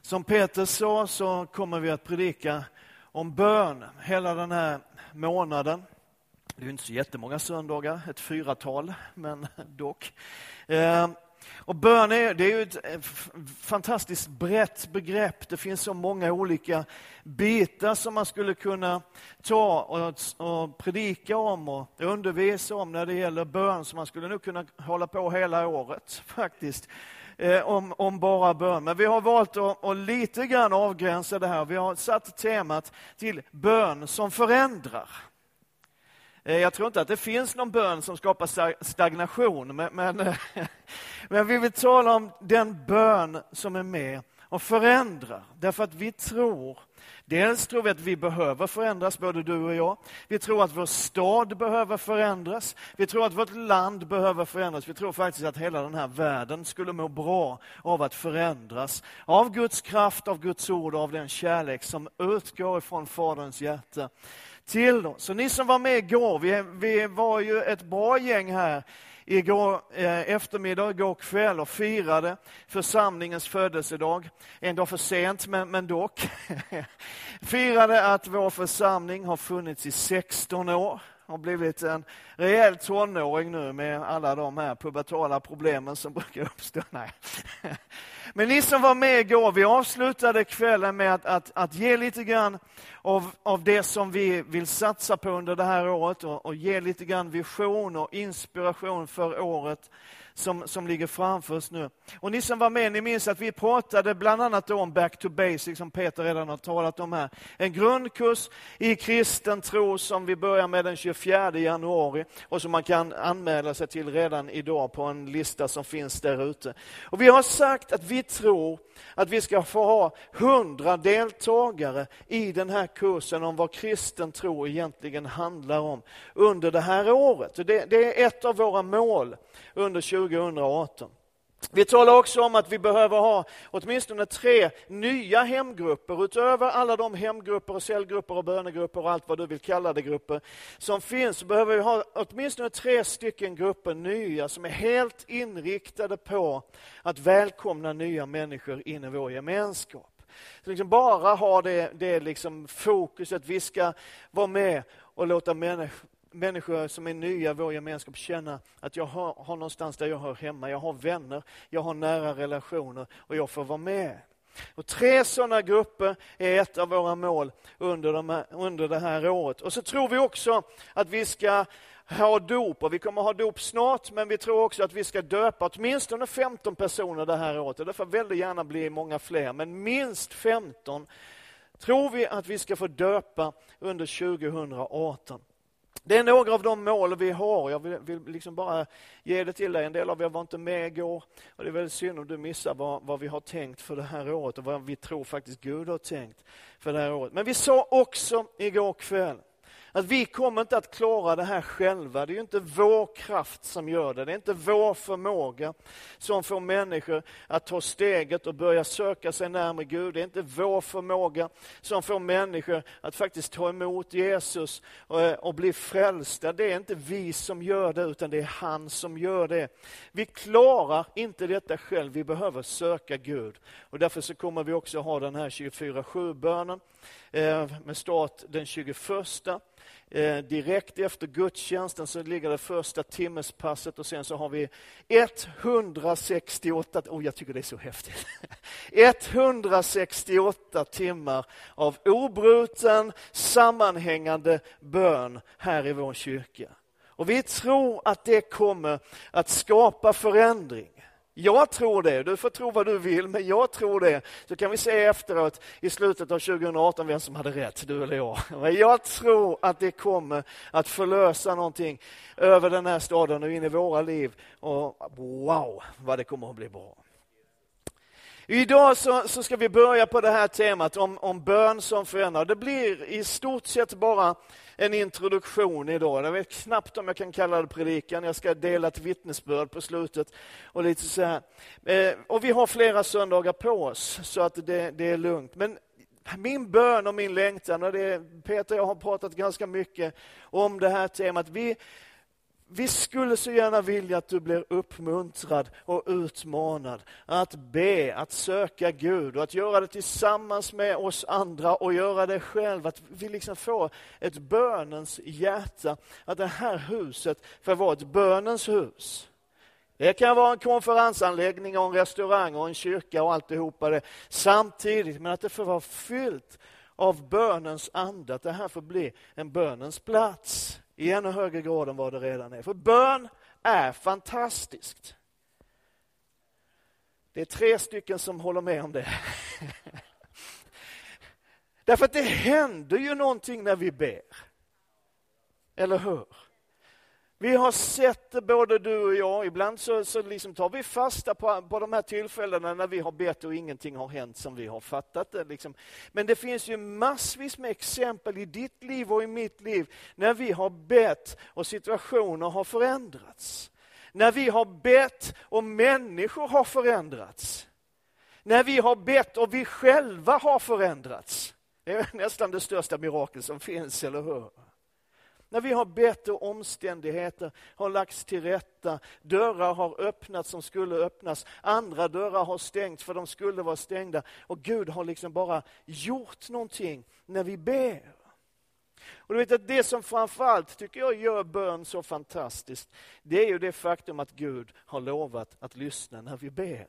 Som Peter sa så kommer vi att predika om bön hela den här månaden. Det är ju inte så jättemånga söndagar, ett 4-tal, men dock. Och bön det är ju ett fantastiskt brett begrepp. Det finns så många olika bitar som man skulle kunna ta och predika om och undervisa om när det gäller bön. Så man skulle nog kunna hålla på hela året faktiskt. Om bara bön. Men vi har valt att lite grann avgränsa det här. Vi har satt temat till bön som förändrar. Jag tror inte att det finns någon bön som skapar stagnation. Men vi vill tala om den bön som är med och förändrar. Därför att vi tror, dels tror vi att vi behöver förändras, både du och jag. Vi tror att vår stad behöver förändras. Vi tror att vårt land behöver förändras. Vi tror faktiskt att hela den här världen skulle må bra av att förändras. Av Guds kraft, av Guds ord och av den kärlek som utgår ifrån Faderns hjärta till oss. Så ni som var med igår, vi var ju ett bra gäng här igår eftermiddag, igår kväll och firade församlingens födelsedag. En dag för sent, men dock. Firade att vår församling har funnits i 16 år. Har blivit en rejäl tonåring nu med alla de här pubertala problemen som brukar uppstå. Nej. Men ni som var med igår, vi avslutade kvällen med att ge lite grann av det som vi vill satsa på under det här året och ge lite grann vision och inspiration för året som ligger framför oss nu. Och ni som var med, ni minns att vi pratade bland annat om Back to Basics som Peter redan har talat om här. En grundkurs i kristen tro som vi börjar med den 24 januari och som man kan anmäla sig till redan idag på en lista som finns där ute. Och vi har sagt att vi tror att vi ska få ha 100 deltagare i den här kursen om vad kristen tro egentligen handlar om under det här året. Det är ett av våra mål under 2018. Vi talar också om att vi behöver ha åtminstone 3 nya hemgrupper utöver alla de hemgrupper och cellgrupper och bönegrupper och allt vad du vill kalla det grupper som finns. Så behöver vi ha åtminstone 3 stycken grupper nya som är helt inriktade på att välkomna nya människor in i vår gemenskap. Så liksom bara ha det liksom fokuset, vi ska vara med och låta människor som är nya i vår gemenskap känna att jag har någonstans där jag hör hemma. Jag har vänner, jag har nära relationer och jag får vara med. Och 3 sådana grupper är ett av våra mål under det här året. Och så tror vi också att vi ska ha dop, och vi kommer ha dop snart, men vi tror också att vi ska döpa åtminstone 15 personer det här året. Det får väldigt gärna bli många fler, men minst 15 tror vi att vi ska få döpa under 2018. Det är några av de mål vi har. Jag vill liksom bara ge det till dig. En del av er var inte med igår. Och det är väldigt synd om du missar vad vi har tänkt för det här året. Och vad vi tror faktiskt Gud har tänkt för det här året. Men vi sa också igår kväll att vi kommer inte att klara det här själva. Det är ju inte vår kraft som gör det. Det är inte vår förmåga som får människor att ta steget och börja söka sig närmare Gud. Det är inte vår förmåga som får människor att faktiskt ta emot Jesus och bli frälsta. Det är inte vi som gör det, utan det är han som gör det. Vi klarar inte detta själv. Vi behöver söka Gud. Och därför så kommer vi också ha den här 24/7-bönen med start den 21. Direkt efter gudstjänsten så ligger det första timmespasset och sen så har vi 168, jag tycker det är så häftigt, 168 timmar av obruten sammanhängande bön här i vår kyrka. Och vi tror att det kommer att skapa förändring. Jag tror det. Du får tro vad du vill, men jag tror det. Så kan vi se efteråt i slutet av 2018 vem som hade rätt, du eller jag. Men jag tror att det kommer att förlösa någonting över den här staden och in i våra liv. Och wow, vad det kommer att bli bra. Idag så ska vi börja på det här temat om bön som förändrar. Det blir i stort sett bara en introduktion idag. Jag vet knappt om jag kan kalla det predikan. Jag ska dela ett vittnesbörd på slutet och lite så här. Och vi har flera söndagar på oss så att det är lugnt. Men min bön och min längtan, och Peter och jag har pratat ganska mycket om det här temat. Vi skulle så gärna vilja att du blir uppmuntrad och utmanad att be, att söka Gud och att göra det tillsammans med oss andra och göra det själv. Att vi liksom får ett bönens hjärta, att det här huset får vara ett bönens hus. Det kan vara en konferensanläggning och en restaurang och en kyrka och alltihopa det samtidigt, men att det får vara fyllt av bönens ande, att det här får bli en bönens plats i ännu högre grad än vad det redan är. För bön är fantastiskt. Det är 3 stycken som håller med om det. Därför att det händer ju någonting när vi ber. Eller hur? Vi har sett det både du och jag. Ibland så liksom tar vi fasta på de här tillfällena när vi har bett och ingenting har hänt som vi har fattat det. Liksom. Men det finns ju massvis med exempel i ditt liv och i mitt liv när vi har bett och situationer har förändrats. När vi har bett och människor har förändrats. När vi har bett och vi själva har förändrats. Det är nästan det största mirakel som finns, eller hur? När vi har bett och omständigheter har lagts till rätta, dörrar har öppnats som skulle öppnas, andra dörrar har stängts för de skulle vara stängda. Och Gud har liksom bara gjort någonting när vi ber. Och du vet att det som framförallt tycker jag gör bön så fantastiskt, det är ju det faktum att Gud har lovat att lyssna när vi ber.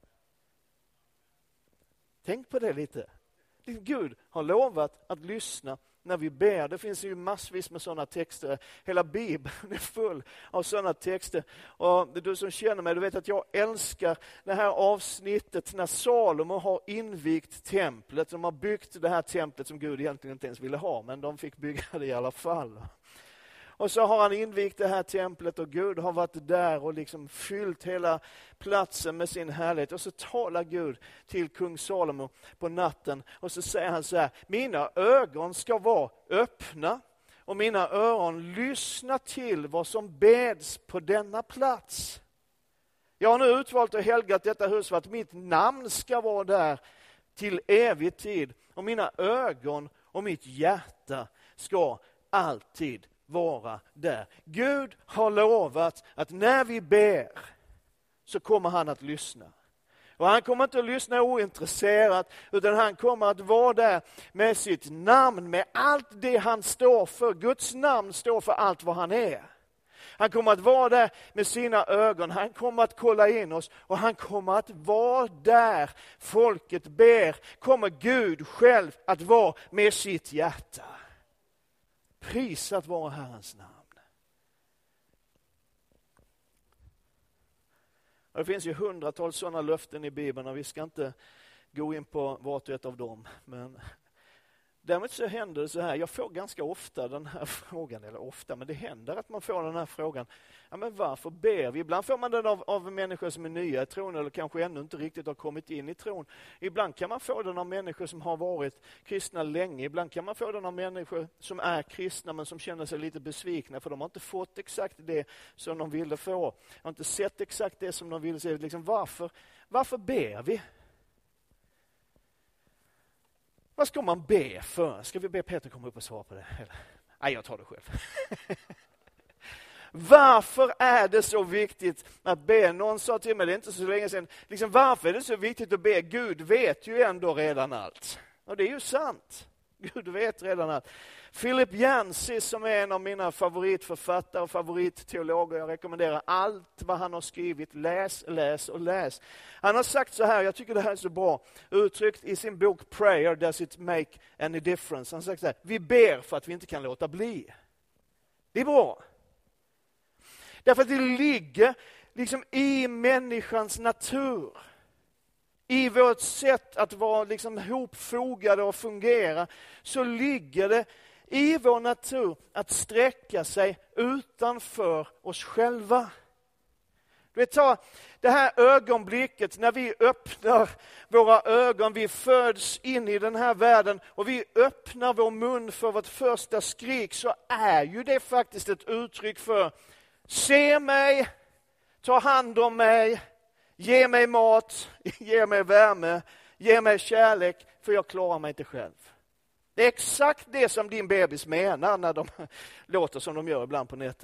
Tänk på det lite. Gud har lovat att lyssna när vi ber. Det finns ju massvis med sådana texter. Hela Bibeln är full av sådana texter. Och du som känner mig, du vet att jag älskar det här avsnittet när Salomo har invigt templet. De har byggt det här templet som Gud egentligen inte ens ville ha, men de fick bygga det i alla fall. Och så har han invigt det här templet och Gud har varit där och liksom fyllt hela platsen med sin härlighet. Och så talar Gud till kung Salomo på natten och så säger han så här: mina ögon ska vara öppna och mina öron lyssna till vad som beds på denna plats. Jag har nu utvalt och helgat detta hus för att mitt namn ska vara där till evig tid. Och mina ögon och mitt hjärta ska alltid vara där. Gud har lovat att när vi ber så kommer han att lyssna. Och han kommer inte att lyssna ointresserat, utan han kommer att vara där med sitt namn, med allt det han står för. Guds namn står för allt vad han är. Han kommer att vara där med sina ögon, han kommer att kolla in oss och han kommer att vara där folket ber. Kommer Gud själv att vara med sitt hjärta. Prisat vara Herrens namn. Och det finns ju hundratals sådana löften i Bibeln och vi ska inte gå in på vart och ett av dem. Men däremot så händer det så här, jag får ganska ofta den här frågan, eller ofta, men det händer att man får den här frågan. Ja, men varför ber vi? Ibland får man den av människor som är nya i tron eller kanske ännu inte riktigt har kommit in i tron. Ibland kan man få den av människor som har varit kristna länge. Ibland kan man få den av människor som är kristna men som känner sig lite besvikna för de har inte fått exakt det som de ville få. De har inte sett exakt det som de ville se. Liksom, varför ber vi? Vad ska man be för? Ska vi be Peter komma upp och svara på det? Eller? Nej, jag tar det själv. Varför är det så viktigt att be? Någon sa till mig, det är inte så länge sedan, liksom, varför är det så viktigt att be? Gud vet ju ändå redan allt. Och det är ju sant. Gud vet redan allt. Philip Yancey, som är en av mina favoritförfattare och favoritteologer, jag rekommenderar allt vad han har skrivit, läs. Han har sagt så här, jag tycker det här är så bra uttryckt i sin bok Prayer Does It Make Any Difference. Han har sagt så här, vi ber för att vi inte kan låta bli. Det är bra. Därför att det ligger liksom i människans natur. I vårt sätt att vara liksom hopfogade och fungera så ligger det i vår natur att sträcka sig utanför oss själva. Du vet, ta det här ögonblicket när vi öppnar våra ögon, vi föds in i den här världen och vi öppnar vår mun för vårt första skrik, så är ju det faktiskt ett uttryck för: se mig, ta hand om mig, ge mig mat, ge mig värme, ge mig kärlek, för jag klarar mig inte själv. Det är exakt det som din bebis menar när de låter som de gör ibland på nätterna.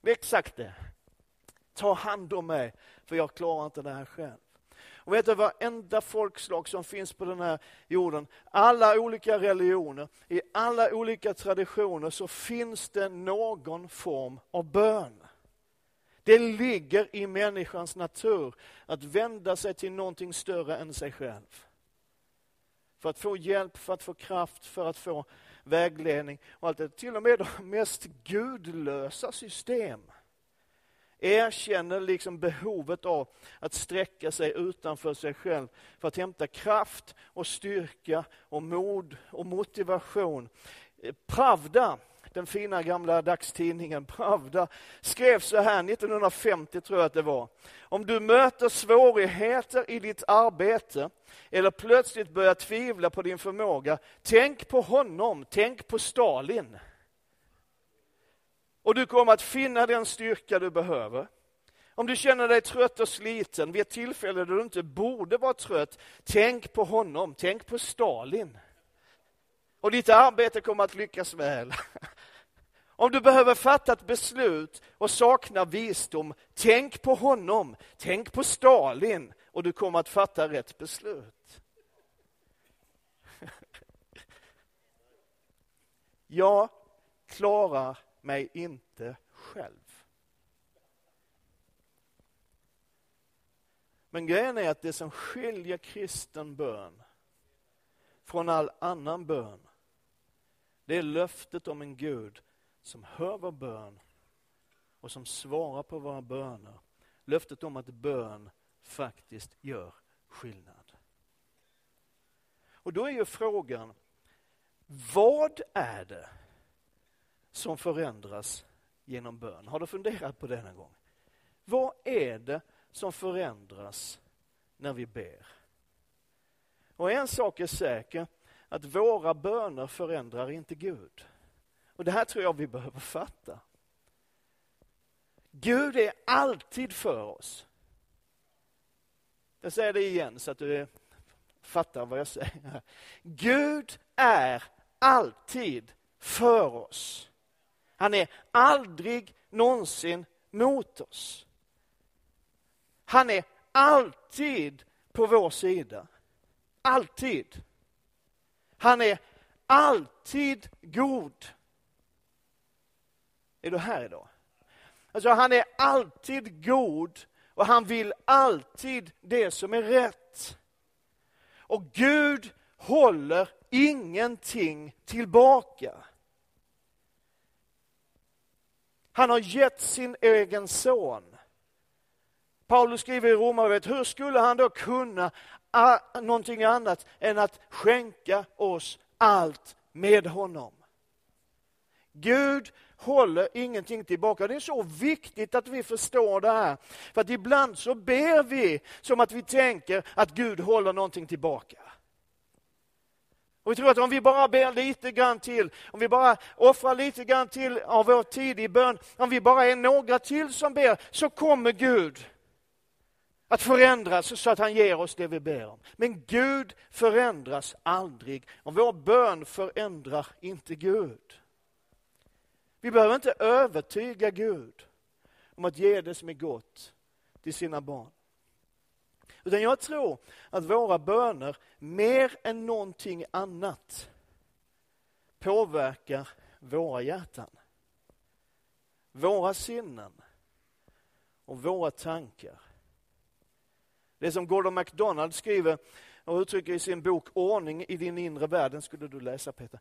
Det är exakt det. Ta hand om mig, för jag klarar inte det här själv. Och vet du, varenda folkslag som finns på den här jorden, alla olika religioner, i alla olika traditioner, så finns det någon form av bön. Det ligger i människans natur att vända sig till någonting större än sig själv. För att få hjälp, för att få kraft, för att få vägledning. Och allt det. Till och med de mest gudlösa system erkänner liksom behovet av att sträcka sig utanför sig själv för att hämta kraft och styrka och mod och motivation. Pravda, den fina gamla dagstidningen Pravda, skrev så här 1950 tror jag att det var. Om du möter svårigheter i ditt arbete eller plötsligt börjar tvivla på din förmåga, tänk på honom, tänk på Stalin. Och du kommer att finna den styrka du behöver. Om du känner dig trött och sliten vid ett tillfälle då du inte borde vara trött, tänk på honom, tänk på Stalin. Och ditt arbete kommer att lyckas väl. Om du behöver fatta ett beslut och saknar visdom, tänk på honom, tänk på Stalin och du kommer att fatta rätt beslut. Jag klarar mig inte själv. Men grejen är att det som skiljer kristen bön från all annan bön, det är löftet om en Gud som hör vår bön och som svarar på våra böner. Löftet om att bön faktiskt gör skillnad. Och då är ju frågan, vad är det som förändras genom bön? Har du funderat på det någon gång? Vad är det som förändras när vi ber? Och en sak är säker, att våra böner förändrar inte Gud. Och det här tror jag vi behöver fatta. Gud är alltid för oss. Jag säger det igen så att du fattar vad jag säger. Gud är alltid för oss. Han är aldrig någonsin mot oss. Han är alltid på vår sida. Alltid. Han är alltid god. Är du här idag? Alltså han är alltid god och han vill alltid det som är rätt. Och Gud håller ingenting tillbaka. Han har gett sin egen son. Paulus skriver i Romarbrevet, hur skulle han då kunna någonting annat än att skänka oss allt med honom? Gud håller ingenting tillbaka. Det är så viktigt att vi förstår det här. För att ibland så ber vi som att vi tänker att Gud håller någonting tillbaka. Och vi tror att om vi bara ber lite grann till, om vi bara offrar lite grann till av vår tid i bön, om vi bara är några till som ber, så kommer Gud att förändras så att han ger oss det vi ber om. Men Gud förändras aldrig. Och vår bön förändrar inte Gud. Vi behöver inte övertyga Gud om att ge det som är gott till sina barn. Utan jag tror att våra böner mer än någonting annat påverkar våra hjärtan, våra sinnen och våra tankar. Det som Gordon MacDonald skriver och uttrycker i sin bok Ordning i din inre värld. Den skulle du läsa, Peter.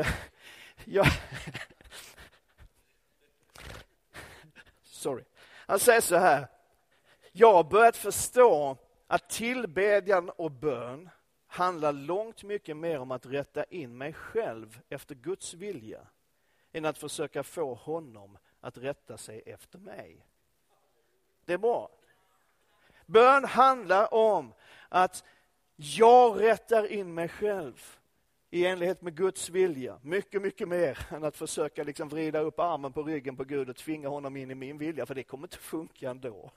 Sorry. Han säger så här. Jag har börjat förstå att tillbedjan och bön handlar långt mycket mer om att rätta in mig själv efter Guds vilja än att försöka få honom att rätta sig efter mig. Det är bra. Bön handlar om att jag rättar in mig själv i enlighet med Guds vilja. Mycket, mycket mer än att försöka liksom vrida upp armen på ryggen på Gud och tvinga honom in i min vilja. För det kommer inte funka ändå.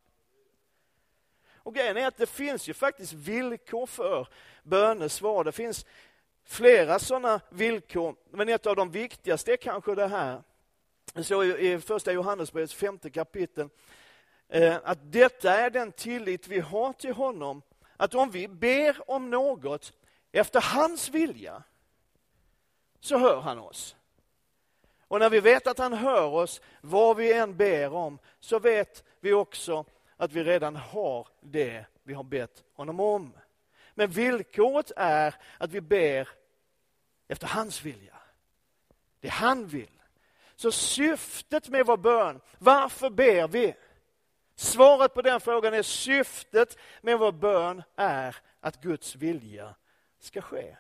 Och grejen är att det finns ju faktiskt villkor för bönesvar. Det finns flera sådana villkor. Men ett av de viktigaste är kanske det här. Så i första Johannesbrevets 5:e kapitel att detta är den tillit vi har till honom, att om vi ber om något efter hans vilja så hör han oss. Och när vi vet att han hör oss, vad vi än ber om, så vet vi också att vi redan har det vi har bett honom om. Men villkoret är att vi ber efter hans vilja. Det han vill. Så syftet med vår bön, varför ber vi? Svaret på den frågan är syftet med vår bön är att Guds vilja ska ske.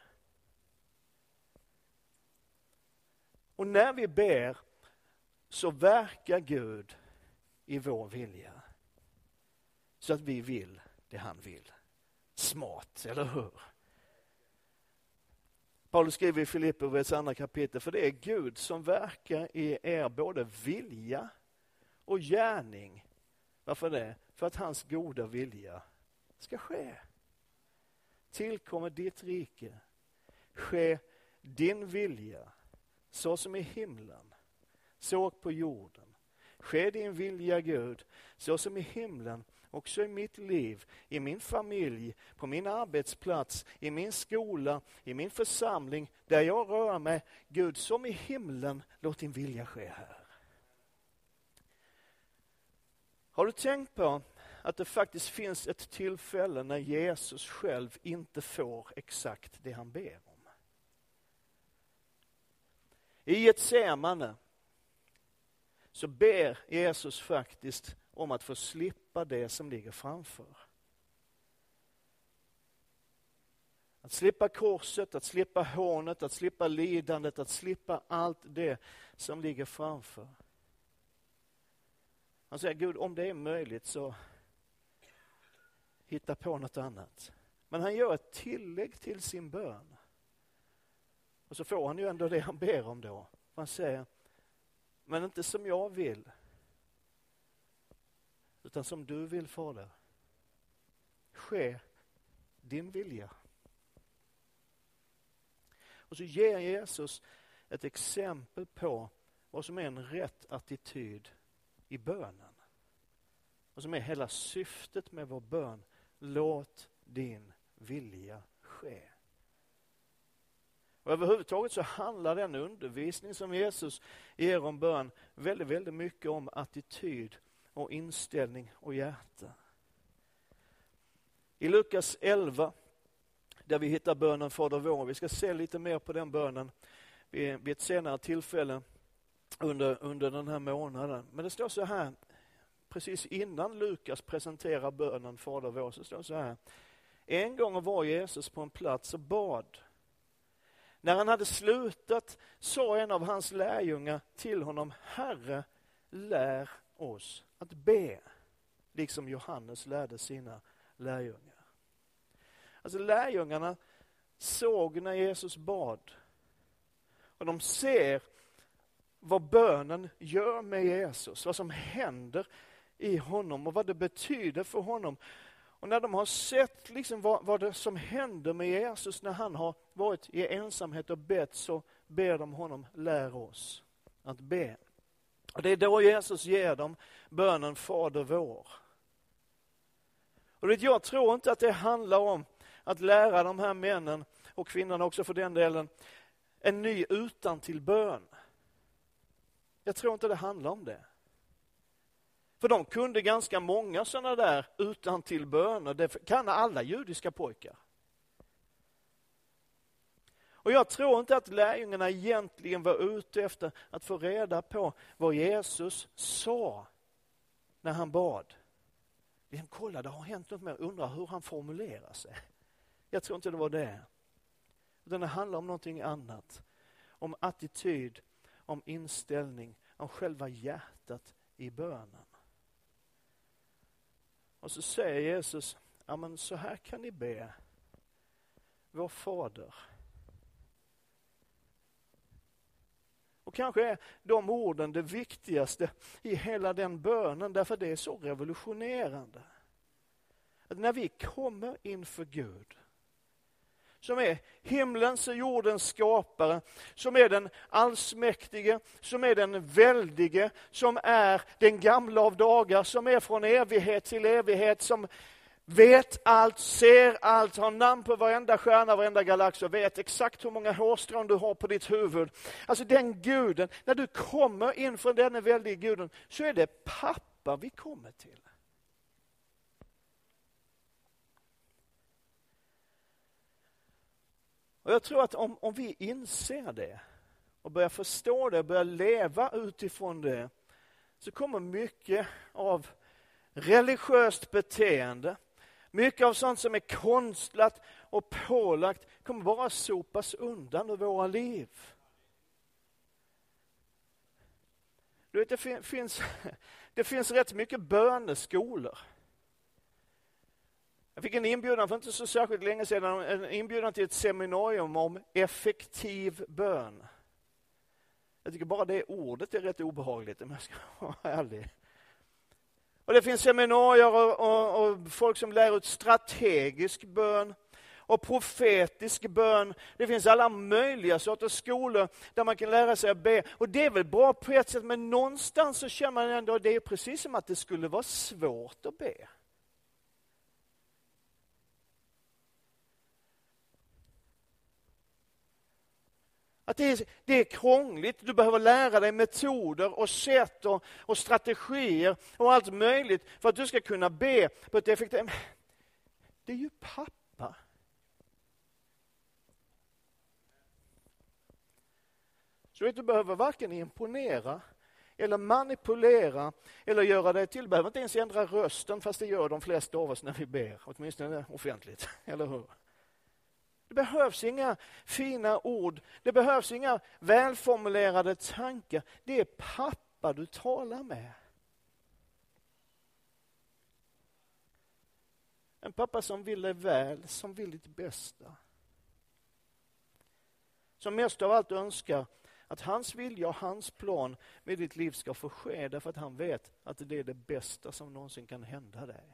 Och när vi ber så verkar Gud i vår vilja. Så att vi vill det han vill. Smart, eller hur? Paulus skriver i Filipperbrevets 2 kapitel, för det är Gud som verkar i er både vilja och gärning. Varför det? För att hans goda vilja ska ske. Tillkommer ditt rike. Ske din vilja. Så som i himlen. Så på jorden. Ske din vilja, Gud. Så som i himlen. Också i mitt liv, i min familj, på min arbetsplats, i min skola, i min församling, där jag rör mig. Gud, som i himlen, låt din vilja ske här. Har du tänkt på att det faktiskt finns ett tillfälle när Jesus själv inte får exakt det han ber om? I Getsemane så ber Jesus faktiskt om att få slippa det som ligger framför. Att slippa korset, att slippa hånet, att slippa lidandet, att slippa allt det som ligger framför. Han säger, Gud, om det är möjligt så hitta på något annat. Men han gör ett tillägg till sin bön. Och så får han ju ändå det han ber om då. Han säger, men inte som jag vill, utan som du vill, Fader. Ske din vilja. Och så ger Jesus ett exempel på vad som är en rätt attityd i bönen. Och som är hela syftet med vår bön. Låt din vilja ske. Och överhuvudtaget så handlar den undervisning som Jesus ger om bön väldigt, väldigt mycket om attityd och inställning och hjärta. I Lukas 11, där vi hittar bönen Fader vår. Vi ska se lite mer på den bönen vid ett senare tillfälle under den här månaden. Men det står så här, precis innan Lukas presenterar bönen Fader vår, så står det så här. En gång var Jesus på en plats och bad. När han hade slutat sa en av hans lärjungar till honom, Herre, lär oss att be, liksom Johannes lärde sina lärjungar. Alltså lärjungarna såg när Jesus bad. Och de ser vad bönen gör med Jesus, vad som händer i honom och vad det betyder för honom. Och när de har sett liksom vad det som händer med Jesus när han har varit i ensamhet och bett, så ber de honom, lär oss att be. Och det är då Jesus ger dem bönen Fader vår. Och jag tror inte att det handlar om att lära de här männen och kvinnorna också för den delen en ny utantillbön. Jag tror inte det handlar om det. För de kunde ganska många sådana där utantillböner. Det kan alla judiska pojkar. Och jag tror inte att lärjungarna egentligen var ute efter att få reda på vad Jesus sa när han bad. Kolla, det har hänt något mer. Undrar hur han formulerar sig. Jag tror inte det var det. Utan det handlar om någonting annat. Om attityd, om inställning, om själva hjärtat i bönen. Och så säger Jesus, ja men så här kan ni be. Vår Fader. Och kanske är de orden det viktigaste i hela den bönen, därför det är så revolutionerande. Att när vi kommer inför Gud som är himlens och jordens skapare, som är den allsmäktige, som är den väldige, som är den gamla av dagar, som är från evighet till evighet, som vet allt, ser allt, har namn på varenda stjärna, varenda galax och vet exakt hur många hårstrån du har på ditt huvud. Alltså den guden, när du kommer inför den väldiga guden, så är det pappa vi kommer till. Och jag tror att om vi inser det och börjar förstå det, börjar leva utifrån det, så kommer mycket av religiöst beteende, mycket av sånt som är konstlat och pålagt, kommer bara sopas undan ur våra liv. Du vet, det finns rätt mycket böneskolor. Jag fick en inbjudan för inte så särskilt länge sedan, en inbjudan till ett seminarium om effektiv bön. Jag tycker bara det ordet är rätt obehagligt, om jag ska vara ärlig. Och det finns seminarier och folk som lär ut strategisk bön och profetisk bön. Det finns alla möjliga sorters skolor där man kan lära sig att be. Och det är väl bra på ett sätt, men någonstans så känner man ändå att det är precis som att det skulle vara svårt att be. Att det är krångligt, du behöver lära dig metoder och sätt och strategier och allt möjligt för att du ska kunna be på ett effektivt. Det är ju pappa. Så att du behöver varken imponera eller manipulera eller göra det till. Du behöver inte ens ändra rösten, fast det gör de flesta av oss när vi ber, åtminstone offentligt, eller hur? Det behövs inga fina ord. Det behövs inga välformulerade tankar. Det är pappa du talar med. En pappa som vill dig väl, som vill ditt bästa. Som mest av allt önskar att hans vilja och hans plan med ditt liv ska få ske, därför att han vet att det är det bästa som någonsin kan hända dig.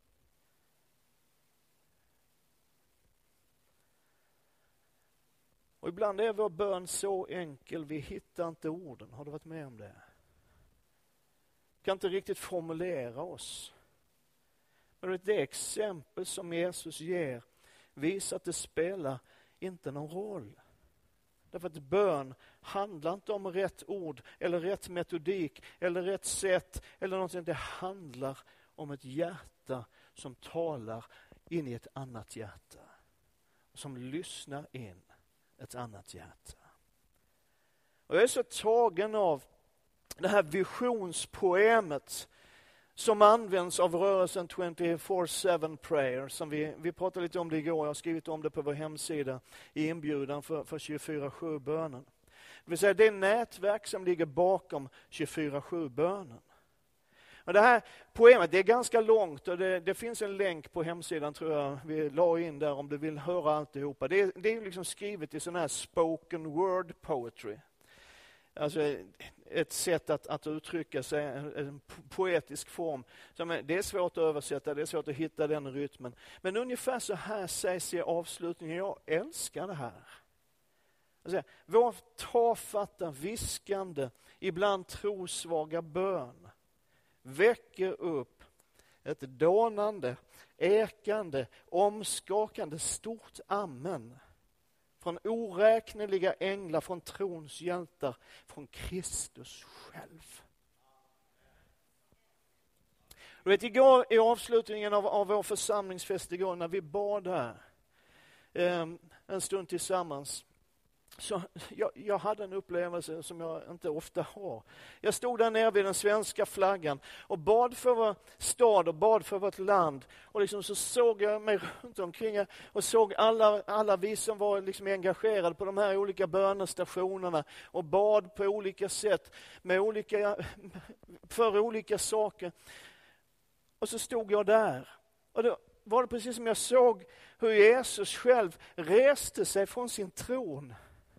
Och ibland är vår bön så enkel, vi hittar inte orden. Har du varit med om det? Vi kan inte riktigt formulera oss. Men det exempel som Jesus ger visar att det spelar inte någon roll. Därför att bön handlar inte om rätt ord eller rätt metodik eller rätt sätt eller någonting. Det handlar om ett hjärta som talar in i ett annat hjärta. Som lyssnar in ett annat hjärta. Och jag är så tagen av det här visionspoemet som används av rörelsen 24/7 prayer, som vi pratade lite om det igår. Jag har skrivit om det på vår hemsida i inbjudan för 24/7-bönen. Det vill säga det nätverk som ligger bakom 24/7-bönen. Och det här poemet, det är ganska långt och det finns en länk på hemsidan, tror jag vi la in där, om du vill höra alltihopa. Det är liksom skrivet i sån här spoken word poetry. Alltså ett sätt att uttrycka sig, en poetisk form. Det är svårt att översätta, det är svårt att hitta den rytmen. Men ungefär så här sägs i avslutningen. Jag älskar det här. Alltså, vår tafatta, viskande, ibland trosvaga bön väcker upp ett dånande, ekande, omskakande stort amen från oräkneliga änglar, från trons hjältar, från Kristus själv. Du vet, igår i avslutningen av vår församlingsfest igår, när vi bad här en stund tillsammans, så jag hade en upplevelse som jag inte ofta har. Jag stod där nere vid den svenska flaggan och bad för vår stad och bad för vårt land. Och liksom så såg jag mig runt omkring och såg alla vi som var liksom engagerade på de här olika bönestationerna och bad på olika sätt för olika saker. Och så stod jag där. Och då var det precis som jag såg hur Jesus själv reste sig från sin tron.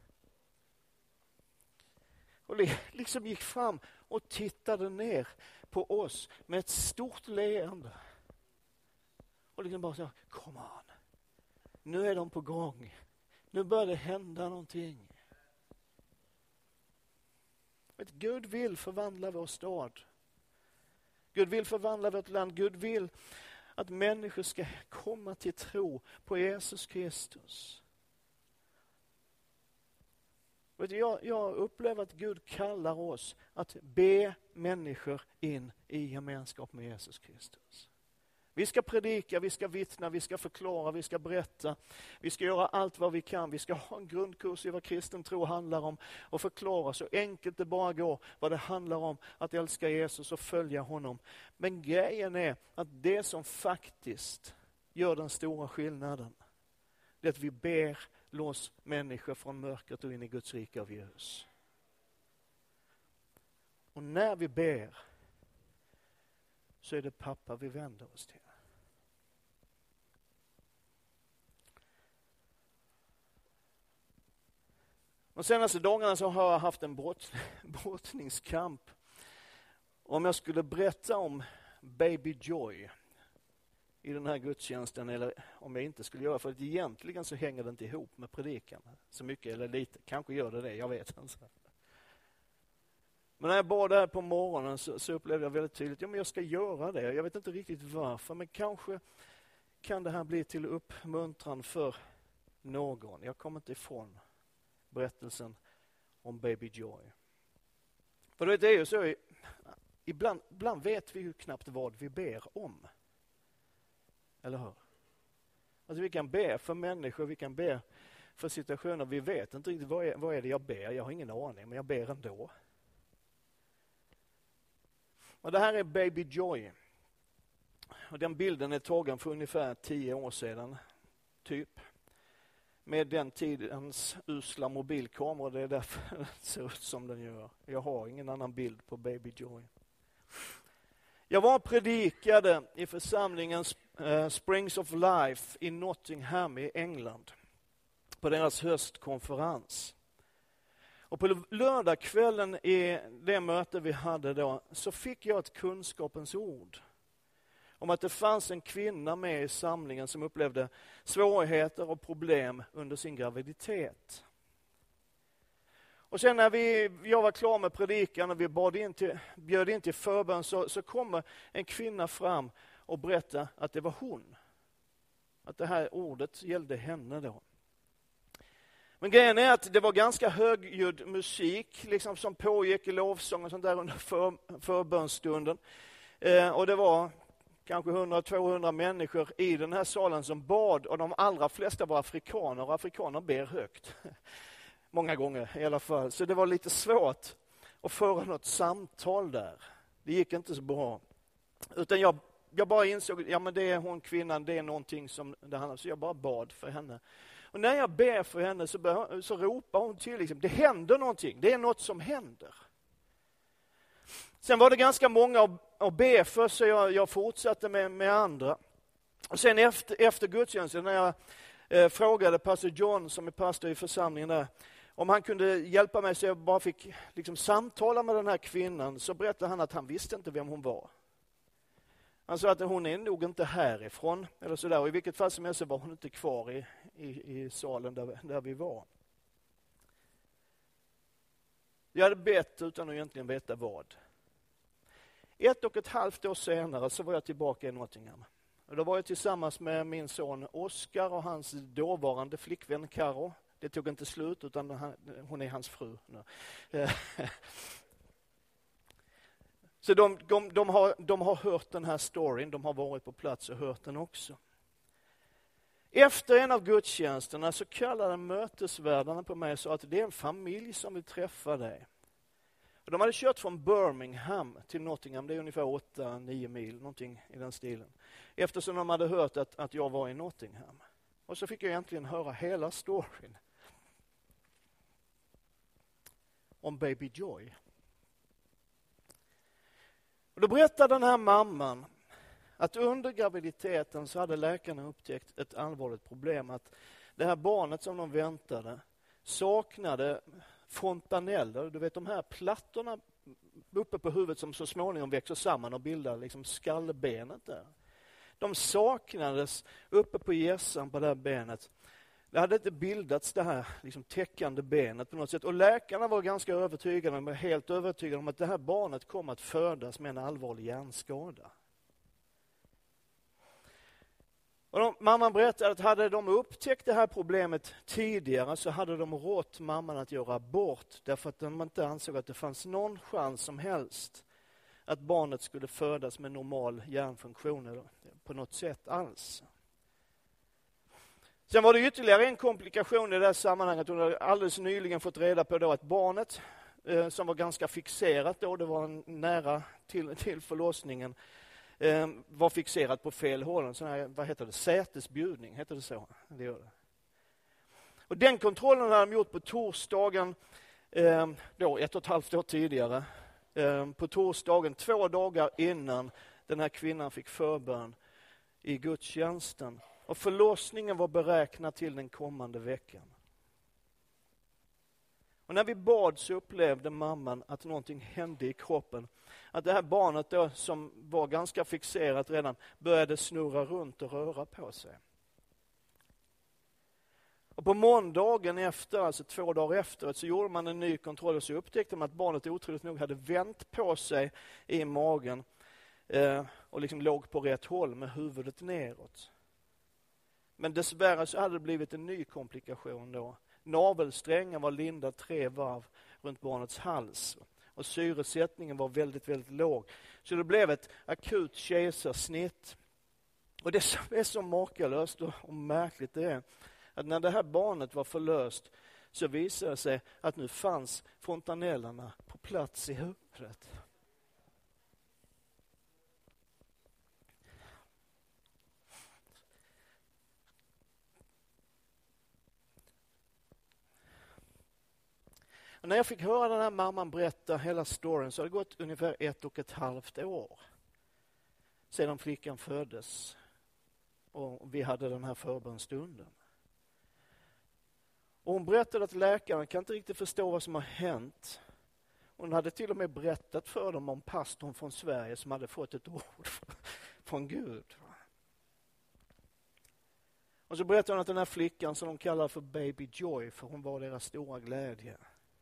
Och liksom gick fram och tittade ner på oss med ett stort leende. Och liksom bara sa, kom on. Nu är de på gång. Nu börjar det hända någonting. Gud vill förvandla vår stad. Gud vill förvandla vårt land. Gud vill att människor ska komma till tro på Jesus Kristus. Jag upplever att Gud kallar oss att be människor in i gemenskap med Jesus Kristus. Vi ska predika, vi ska vittna, vi ska förklara, vi ska berätta. Vi ska göra allt vad vi kan. Vi ska ha en grundkurs i vad kristen tro handlar om och förklara så enkelt det bara går vad det handlar om att älska Jesus och följa honom. Men grejen är att det som faktiskt gör den stora skillnaden, det är att vi ber loss människor från mörkret och in i Guds rike av ljus. Och när vi ber så är det pappa vi vänder oss till. De senaste dagarna så har jag haft en brottningskamp. Om jag skulle berätta om Baby Joy i den här gudstjänsten, eller om jag inte skulle göra, för att egentligen så hänger det inte ihop med predikan så mycket eller lite. Kanske gör det, jag vet inte. Men när jag bad där på morgonen så upplevde jag väldigt tydligt, men jag ska göra det. Jag vet inte riktigt varför, men kanske kan det här bli till uppmuntran för någon. Jag kommer inte ifrån berättelsen om Baby Joy. För det är ju så, ibland vet vi ju knappt vad vi ber om. Eller hur? Alltså vi kan be för människor, vi kan be för situationer. Vi vet inte riktigt vad är det jag ber. Jag har ingen aning, men jag ber ändå. Och det här är Baby Joy. Och den bilden är tagen för ungefär 10 år sedan, typ. Med den tidens usla mobilkameror, det är därför det ser ut som den gör. Jag har ingen annan bild på Baby Joy. Jag var predikade i församlingen Springs of Life i Nottingham i England på deras höstkonferens. Och på lördagskvällen i det möte vi hade då så fick jag ett kunskapens ord om att det fanns en kvinna med i samlingen som upplevde svårigheter och problem under sin graviditet. Och sen när jag var klar med predikan och vi bjöd in till förbön så kommer en kvinna fram och berättar att det var hon. Att det här ordet gällde henne då. Men grejen är att det var ganska högljudd musik liksom, som pågick i lovsång och sånt där under förbönstunden. Och det var kanske 100-200 människor i den här salen som bad, och de allra flesta var afrikaner, och afrikaner ber högt. Många gånger i alla fall. Så det var lite svårt att föra något samtal där. Det gick inte så bra. Utan jag bara insåg, ja men det är hon kvinnan, det är någonting som det handlar om. Så jag bara bad för henne. Och när jag ber för henne så ropar hon till, liksom, det händer någonting, det är något som händer. Sen var det ganska många att be för, så jag fortsatte med andra. Och sen efter gudstjänsten när jag frågade pastor John som är pastor i församlingen där, om han kunde hjälpa mig så jag bara fick liksom samtala med den här kvinnan, så berättade han att han visste inte vem hon var. Han sa att hon är nog inte härifrån eller sådär, och i vilket fall som helst så var hon inte kvar i salen där vi var. Jag hade bett utan att egentligen veta vad. 1,5 år senare så var jag tillbaka i Nottingham. Och då var jag tillsammans med min son Oskar och hans dåvarande flickvän Karo. Det tog inte slut, utan hon är hans fru nu. Så de har hört den här storyn, de har varit på plats och hört den också. Efter en av gudstjänsterna så kallade mötesvärdarna på mig och sa att det är en familj som vill träffa dig. Och de hade kört från Birmingham till Nottingham, det är ungefär 8-9 mil, någonting i den stilen. Eftersom de hade hört att jag var i Nottingham. Och så fick jag egentligen höra hela storyn om Baby Joy. Och då berättade den här mamman att under graviditeten så hade läkarna upptäckt ett allvarligt problem. Att det här barnet som de väntade saknade fontaneller. Du vet de här plattorna uppe på huvudet som så småningom växer samman och bildar liksom skallbenet där. De saknades uppe på hjässan på det här benet. Det hade inte bildats det här liksom täckande benet på något sätt. Och läkarna var ganska övertygade, de var helt övertygade om att det här barnet kommer att födas med en allvarlig hjärnskada. Och mamman berättade att hade de upptäckt det här problemet tidigare så hade de rått mamman att göra abort. Därför att de inte ansåg att det fanns någon chans som helst att barnet skulle födas med normal hjärnfunktion eller på något sätt alls. Sen var det ytterligare en komplikation i det här sammanhanget. Hon hade alldeles nyligen fått reda på då att barnet som var ganska fixerat då, det var nära till förlossningen, var fixerat på fel håll. En sån här, vad heter det? Sätesbjudning, heter det så? Det gör det. Och den kontrollen hade de gjort på torsdagen, då 1,5 år tidigare. På torsdagen, 2 dagar innan den här kvinnan fick förbön i gudstjänsten. Och förlossningen var beräknad till den kommande veckan. Och när vi bad så upplevde mamman att någonting hände i kroppen. Att det här barnet då, som var ganska fixerat redan, började snurra runt och röra på sig. Och på måndagen efter, alltså 2 dagar efter, så gjorde man en ny kontroll och så upptäckte man att barnet otroligt nog hade vänt på sig i magen och liksom låg på rätt håll med huvudet neråt. Men dessvärre så hade det blivit en ny komplikation då. Navelsträngen var lindad 3 varv runt barnets hals. Och syresättningen var väldigt, väldigt låg. Så det blev ett akut kejsarsnitt. Och det som är så makalöst och märkligt det är att när det här barnet var förlöst så visade det sig att nu fanns fontanellerna på plats i huvudet. Och när jag fick höra den här mamman berätta hela storyn så hade det gått ungefär 1,5 år sedan flickan föddes och vi hade den här förbönstunden. Och hon berättade att läkaren kan inte riktigt förstå vad som har hänt. Hon hade till och med berättat för dem om pastorn från Sverige som hade fått ett ord från Gud. Och så berättade hon att den här flickan som de kallar för Baby Joy, för hon var deras stora glädje,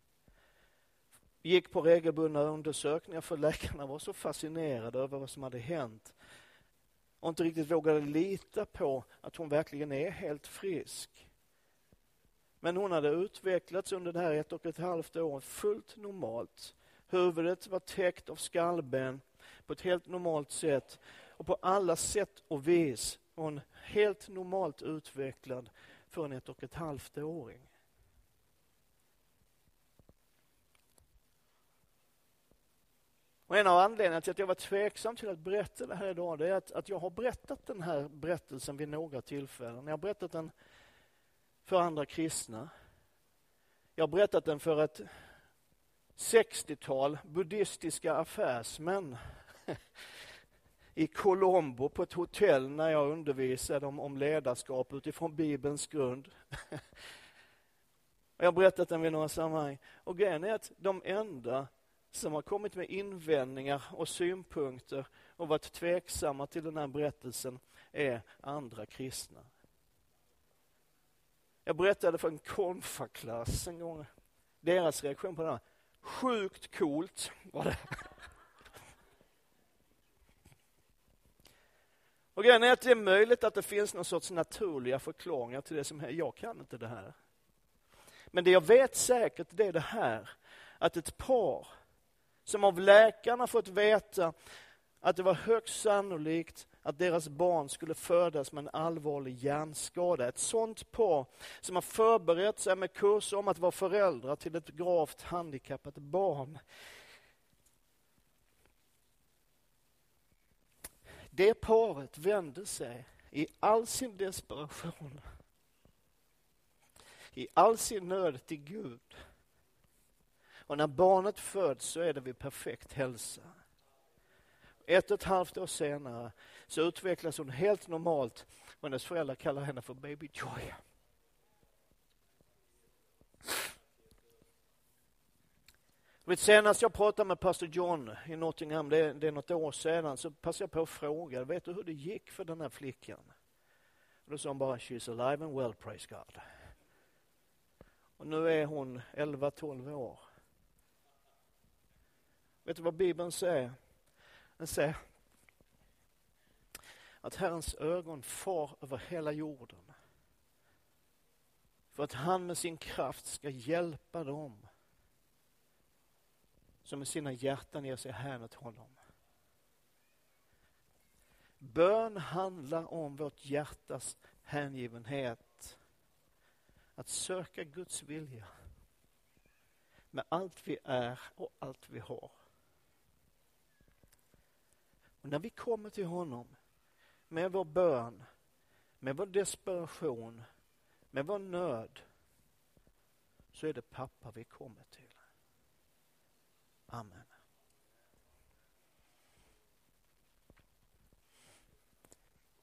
gick på regelbundna undersökningar för läkarna var så fascinerade över vad som hade hänt och inte riktigt vågade lita på att hon verkligen är helt frisk. Men hon hade utvecklats under det här 1,5 år fullt normalt. Huvudet var täckt av skallben på ett helt normalt sätt och på alla sätt och vis var hon helt normalt utvecklad för en 1,5-åring. Och en av anledningarna till att jag var tveksam till att berätta det här idag, det är att jag har berättat den här berättelsen vid några tillfällen. Jag har berättat den för andra kristna. Jag har berättat den för ett 60-tal buddhistiska affärsmän i Colombo på ett hotell när jag undervisade om ledarskap utifrån Bibelns grund. Jag har berättat den vid några sammanhang. Och grejen är att de enda som har kommit med invändningar och synpunkter och varit tveksamma till den här berättelsen är andra kristna. Jag berättade för en konfaklass en gång. Deras reaktion på det här: sjukt coolt var det. Och grejen är att det är möjligt att det finns någon sorts naturliga förklaringar till det som är. Jag kan inte det här. Men det jag vet säkert det är det här. Att ett par som av läkarna fått veta att det var högst sannolikt att deras barn skulle födas med en allvarlig hjärnskada. Ett sånt par som har förberett sig med kurser om att vara föräldrar till ett gravt handikappat barn. Det paret vände sig i all sin desperation, i all sin nöd till Gud. Och när barnet föds så är det vid perfekt hälsa. 1,5 år senare så utvecklas hon helt normalt och hennes föräldrar kallar henne för Baby Joy. Senast jag pratade med pastor John i Nottingham, det är något år sedan, så passade jag på att fråga, vet du hur det gick för den här flickan? Och då sa han bara, she's alive and well, praise God. Och nu är hon 11-12 år. Vet du vad Bibeln säger? Den säger att Herrens ögon far över hela jorden. För att han med sin kraft ska hjälpa dem som med sina hjärtan ger sig hän åt honom. Bön handlar om vårt hjärtas hängivenhet. Att söka Guds vilja med allt vi är och allt vi har. Och när vi kommer till honom med vår bön, med vår desperation, med vår nöd, så är det pappa vi kommer till. Amen.